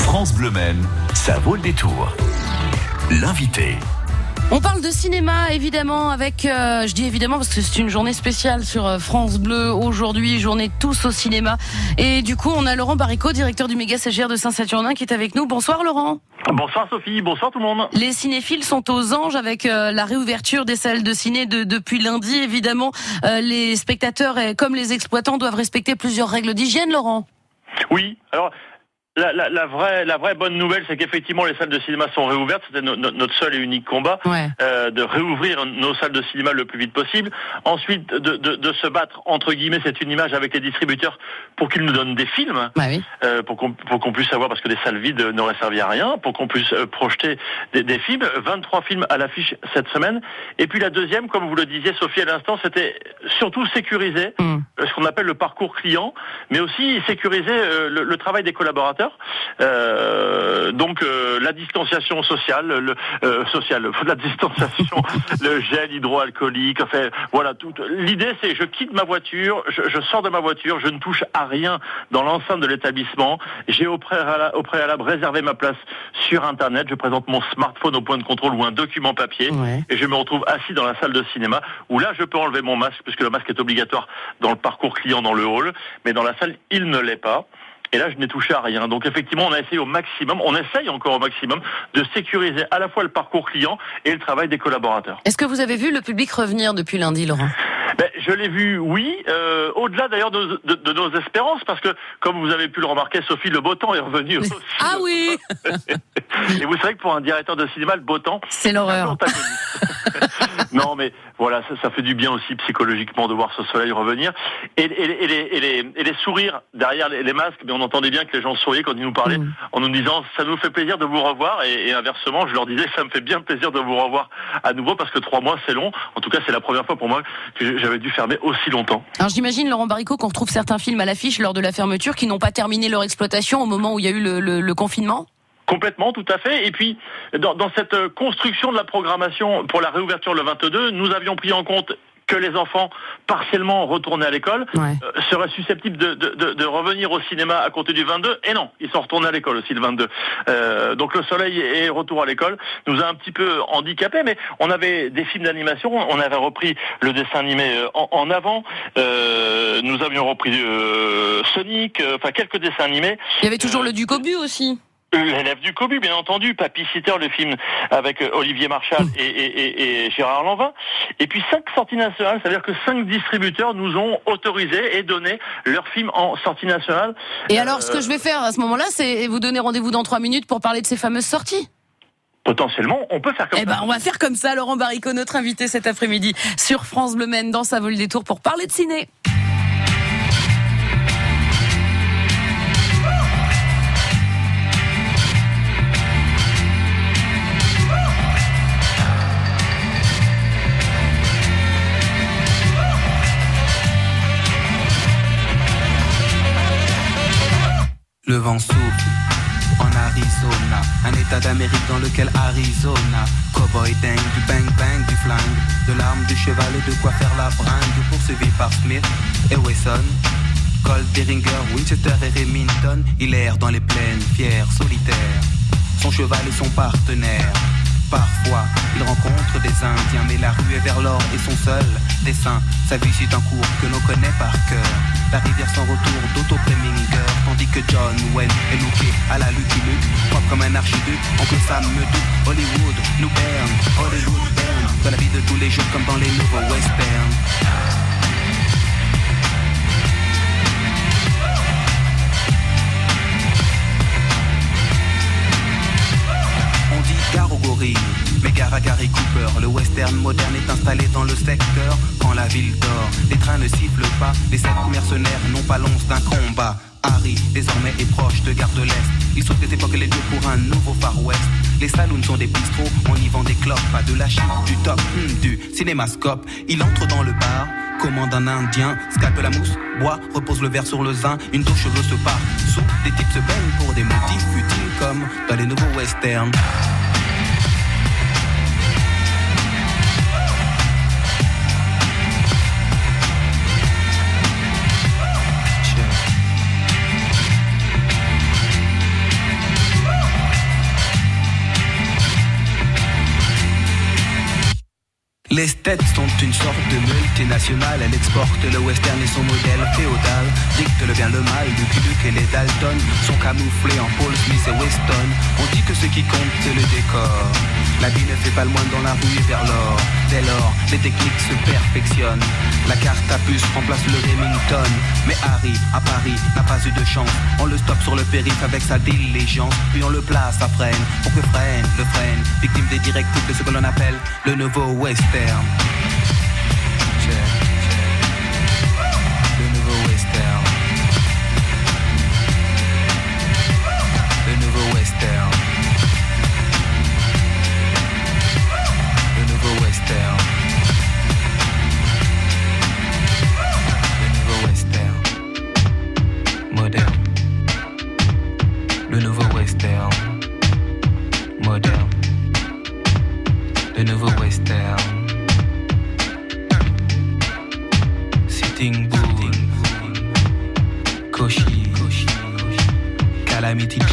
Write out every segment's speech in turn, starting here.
France Bleu Maine, ça vaut le détour. L'invité. On parle de cinéma, évidemment, avec, je dis évidemment parce que c'est une journée spéciale sur France Bleu aujourd'hui, journée tous au cinéma. Et du coup, on a Laurent Baricot, directeur du méga CGR de Saint-Saturnin, qui est avec nous. Bonsoir Laurent. Bonsoir Sophie, bonsoir tout le monde. Les cinéphiles sont aux anges avec la réouverture des salles de ciné depuis lundi. Évidemment, les spectateurs comme les exploitants doivent respecter plusieurs règles d'hygiène, Laurent. Oui, alors... La vraie bonne nouvelle, c'est qu'effectivement les salles de cinéma sont réouvertes. C'était notre seul et unique combat, de réouvrir nos salles de cinéma le plus vite possible. Ensuite, de se battre entre guillemets, c'est une image avec les distributeurs pour qu'ils nous donnent des films, pour qu'on puisse savoir, parce que des salles vides n'auraient servi à rien, pour qu'on puisse projeter des films. 23 films à l'affiche cette semaine. Et puis la deuxième, comme vous le disiez Sophie à l'instant, c'était surtout sécuriser ce qu'on appelle le parcours client, mais aussi sécuriser le travail des collaborateurs. Donc la distanciation sociale, la distanciation, le gel hydroalcoolique, enfin voilà tout. L'idée c'est je quitte ma voiture, je sors de ma voiture, je ne touche à rien dans l'enceinte de l'établissement. J'ai au préalable réservé ma place sur internet, je présente mon smartphone au point de contrôle ou un document papier et je me retrouve assis dans la salle de cinéma où là je peux enlever mon masque puisque le masque est obligatoire dans le parcours client dans le hall, mais dans la salle il ne l'est pas. Et là, je n'ai touché à rien. Donc effectivement, on essaye encore au maximum de sécuriser à la fois le parcours client et le travail des collaborateurs. Est-ce que vous avez vu le public revenir depuis lundi, Laurent ? Je l'ai vu, oui, au-delà d'ailleurs de nos espérances, parce que, comme vous avez pu le remarquer, Sophie, le beau temps est revenu aussi. Ah oui. Et vous savez que pour un directeur de cinéma, le beau temps, c'est l'horreur. Non, mais voilà, ça fait du bien aussi psychologiquement de voir ce soleil revenir. Et les sourires derrière les masques, mais on entendait bien que les gens souriaient quand ils nous parlaient, en nous disant « ça nous fait plaisir de vous revoir ». Et inversement, je leur disais « ça me fait bien plaisir de vous revoir à nouveau » parce que 3 mois, c'est long. En tout cas, c'est la première fois pour moi que j'avais dû fermer aussi longtemps. Alors j'imagine, Laurent Baricot, qu'on retrouve certains films à l'affiche lors de la fermeture qui n'ont pas terminé leur exploitation au moment où il y a eu le confinement ? Complètement, tout à fait. Et puis, dans cette construction de la programmation pour la réouverture le 22, nous avions pris en compte que les enfants partiellement retournés à l'école seraient susceptibles de revenir au cinéma à compter du 22. Et non, ils sont retournés à l'école aussi le 22. Donc le soleil et retour à l'école nous a un petit peu handicapés, mais on avait des films d'animation, on avait repris le dessin animé en avant, nous avions repris Sonic, enfin quelques dessins animés. Il y avait toujours le Duc au but aussi. L'élève du Cobu, bien entendu, Papy Sitter, le film avec Olivier Marchal et Gérard Lanvin. Et puis 5 sorties nationales, c'est-à-dire que 5 distributeurs nous ont autorisé et donné leurs films en sortie nationale. Et alors, ce que je vais faire à ce moment-là, c'est vous donner rendez-vous dans 3 minutes pour parler de ces fameuses sorties. Potentiellement, on peut faire comme ça. On va faire comme ça. Laurent Baricot, notre invité cet après-midi sur France Bleu Maine dans Ça vaut le détour pour parler de ciné. Le vent souffle en Arizona, un état d'Amérique dans lequel Arizona. Cowboy dingue, du bang bang, du flingue, de l'arme, du cheval et de quoi faire la bringue. Poursuivi par Smith et Wesson, Colt, Derringer, Winchester et Remington. Il erre dans les plaines, fier, solitaire, son cheval est son partenaire. Parfois, il rencontre des Indiens, mais la rue est vers l'or et son seul dessin. Sa vie suit un cours que l'on connaît par cœur. La rivière sans retour d'Otto Preminger, tandis que John Wayne est looké à la Lucky Luke, propre comme un archiduc. Oncle Sam me doute, Hollywood nous berne, Hollywood berne. Dans la vie de tous les jours comme dans les nouveaux westerns. On dit gare aux gorilles, mais gare à Gary Cooper. Le western moderne est installé dans le secteur. Quand la ville dort, les trains ne sifflent pas. Les 7 mercenaires n'ont pas l'once d'un combat. Harry, désormais, est proche de Gare de l'Est. Il sauve des époques les lieux pour un nouveau Far West. Les saloons sont des bistrots, on y vend des clopes. Pas de la chip, du top, du cinémascope. Il entre dans le bar, commande un indien, scalpe la mousse, boit, repose le verre sur le zin. Une douche cheveux se part, sous des types se baignent pour des motifs futiles comme dans les nouveaux westerns. Les States sont une sorte de multinationale. Elle exporte le western et son modèle féodal. Dicte le bien, le mal, Lucky Luke et les Dalton sont camouflés en Paul Smith et Weston. On dit que ce qui compte c'est le décor. La vie ne fait pas le moine dans la rue et vers l'or. Dès lors, les techniques se perfectionnent. La carte à puce remplace le Remington. Mais Harry, à Paris, n'a pas eu de chance. On le stoppe sur le périph' avec sa diligence. Puis on le place à freine, pour que freine, le freine. Victime des directives de ce que l'on appelle le nouveau western. Le nouveau western. Le nouveau western. Le nouveau western. Le nouveau western. Moderne. Le nouveau western. Moderne. Le nouveau western. Sitting Bull. Koshi. Calamity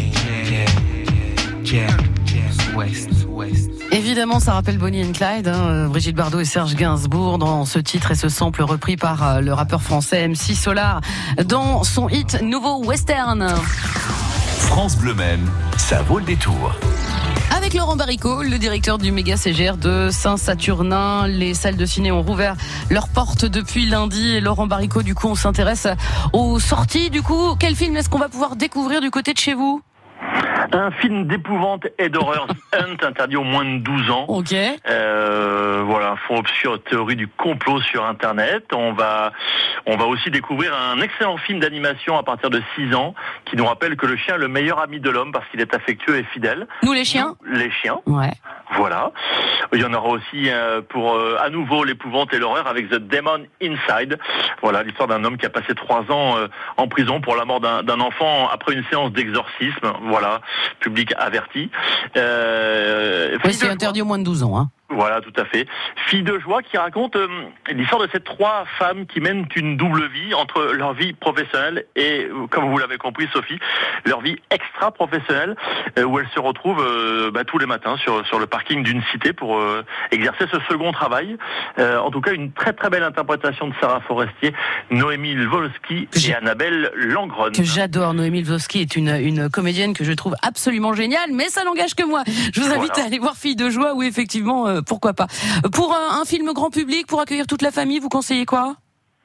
Jane. West. Évidemment, ça rappelle Bonnie and Clyde, Brigitte Bardot et Serge Gainsbourg dans ce titre et ce sample repris par le rappeur français MC Solar dans son hit Nouveau Western. France Bleu Maine, ça vaut le détour. Avec Laurent Baricot, le directeur du méga CGR de Saint-Saturnin, les salles de ciné ont rouvert leurs portes depuis lundi. Et Laurent Baricot, du coup, on s'intéresse aux sorties. Du coup, quel film est-ce qu'on va pouvoir découvrir du côté de chez vous ? Un film d'épouvante et d'horreur, The Hunt, interdit aux moins de 12 ans. Ok. Voilà, fond obscur, théorie du complot sur Internet. On va aussi découvrir un excellent film d'animation à partir de 6 ans qui nous rappelle que le chien est le meilleur ami de l'homme parce qu'il est affectueux et fidèle. Nous les chiens ? Les chiens. Ouais. Voilà. Il y en aura aussi pour à nouveau l'épouvante et l'horreur avec The Demon Inside. Voilà, l'histoire d'un homme qui a passé 3 ans en prison pour la mort d'un enfant après une séance d'exorcisme. Voilà, public averti. Oui, c'est interdit aux moins de 12 ans. Hein. Voilà, tout à fait. Fille de joie qui raconte l'histoire de ces 3 femmes qui mènent une double vie entre leur vie professionnelle et, comme vous l'avez compris Sophie, leur vie extra-professionnelle où elles se retrouvent tous les matins sur le parking d'une cité pour exercer ce second travail. En tout cas, une très très belle interprétation de Sarah Forestier, Noémie Lvovsky et Annabelle Langron. Que j'adore. Noémie Lvovsky est une comédienne que je trouve absolument géniale, mais ça n'engage que moi. Je vous invite à aller voir Fille de joie où effectivement... pourquoi pas. Pour un film grand public, pour accueillir toute la famille, vous conseillez quoi ?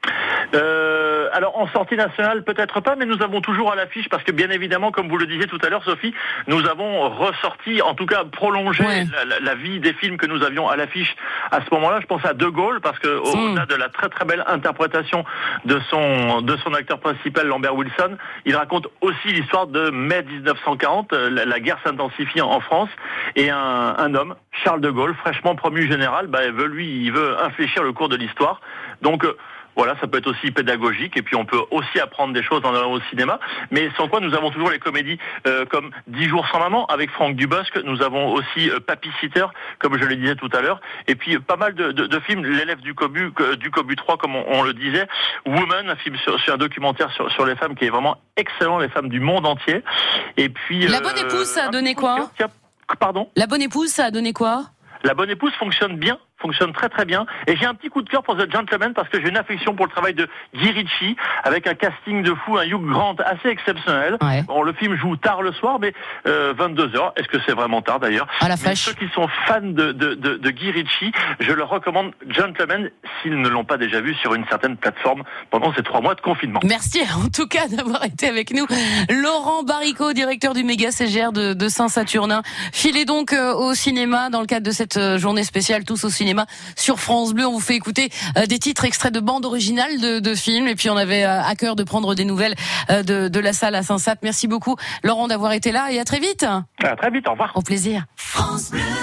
Alors en sortie nationale peut-être pas, mais nous avons toujours à l'affiche, parce que bien évidemment, comme vous le disiez tout à l'heure Sophie, nous avons ressorti, en tout cas prolongé la vie des films que nous avions à l'affiche à ce moment-là. Je pense à De Gaulle, parce que au-delà de la très très belle interprétation de son acteur principal Lambert Wilson, il raconte aussi l'histoire de mai 1940, la guerre s'intensifie en France, et un homme, Charles de Gaulle, fraîchement promu général, il veut infléchir le cours de l'histoire. Donc voilà, ça peut être aussi pédagogique et puis on peut aussi apprendre des choses en allant au cinéma. Mais sans quoi, nous avons toujours les comédies comme 10 jours sans maman avec Franck Dubosc. Nous avons aussi Papy Sitter, comme je le disais tout à l'heure. Et puis pas mal de films, l'élève du Cobu 3, comme on le disait. Woman, un film sur un documentaire sur les femmes qui est vraiment excellent, les femmes du monde entier. Et puis La Bonne Épouse, ça a donné quoi ? Pardon ? La Bonne Épouse, ça a donné quoi ? La Bonne Épouse fonctionne bien. Fonctionne très très bien. Et j'ai un petit coup de cœur pour The Gentleman parce que j'ai une affection pour le travail de Guy Ritchie avec un casting de fou, un Hugh Grant assez exceptionnel. Ouais. Bon, le film joue tard le soir, mais 22h. Est-ce que c'est vraiment tard d'ailleurs ? À la mais ceux qui sont fans de Guy Ritchie, je leur recommande Gentleman s'ils ne l'ont pas déjà vu sur une certaine plateforme pendant ces 3 mois de confinement. Merci en tout cas d'avoir été avec nous. Laurent Baricot, directeur du méga CGR de Saint-Saturnin. Filez donc au cinéma dans le cadre de cette journée spéciale Tous au cinéma sur France Bleu. On vous fait écouter des titres extraits de bandes originales de films et puis on avait à cœur de prendre des nouvelles de la salle à Saint-Sat. Merci beaucoup Laurent d'avoir été là et à très vite. À très vite, au revoir. Au plaisir. France Bleu.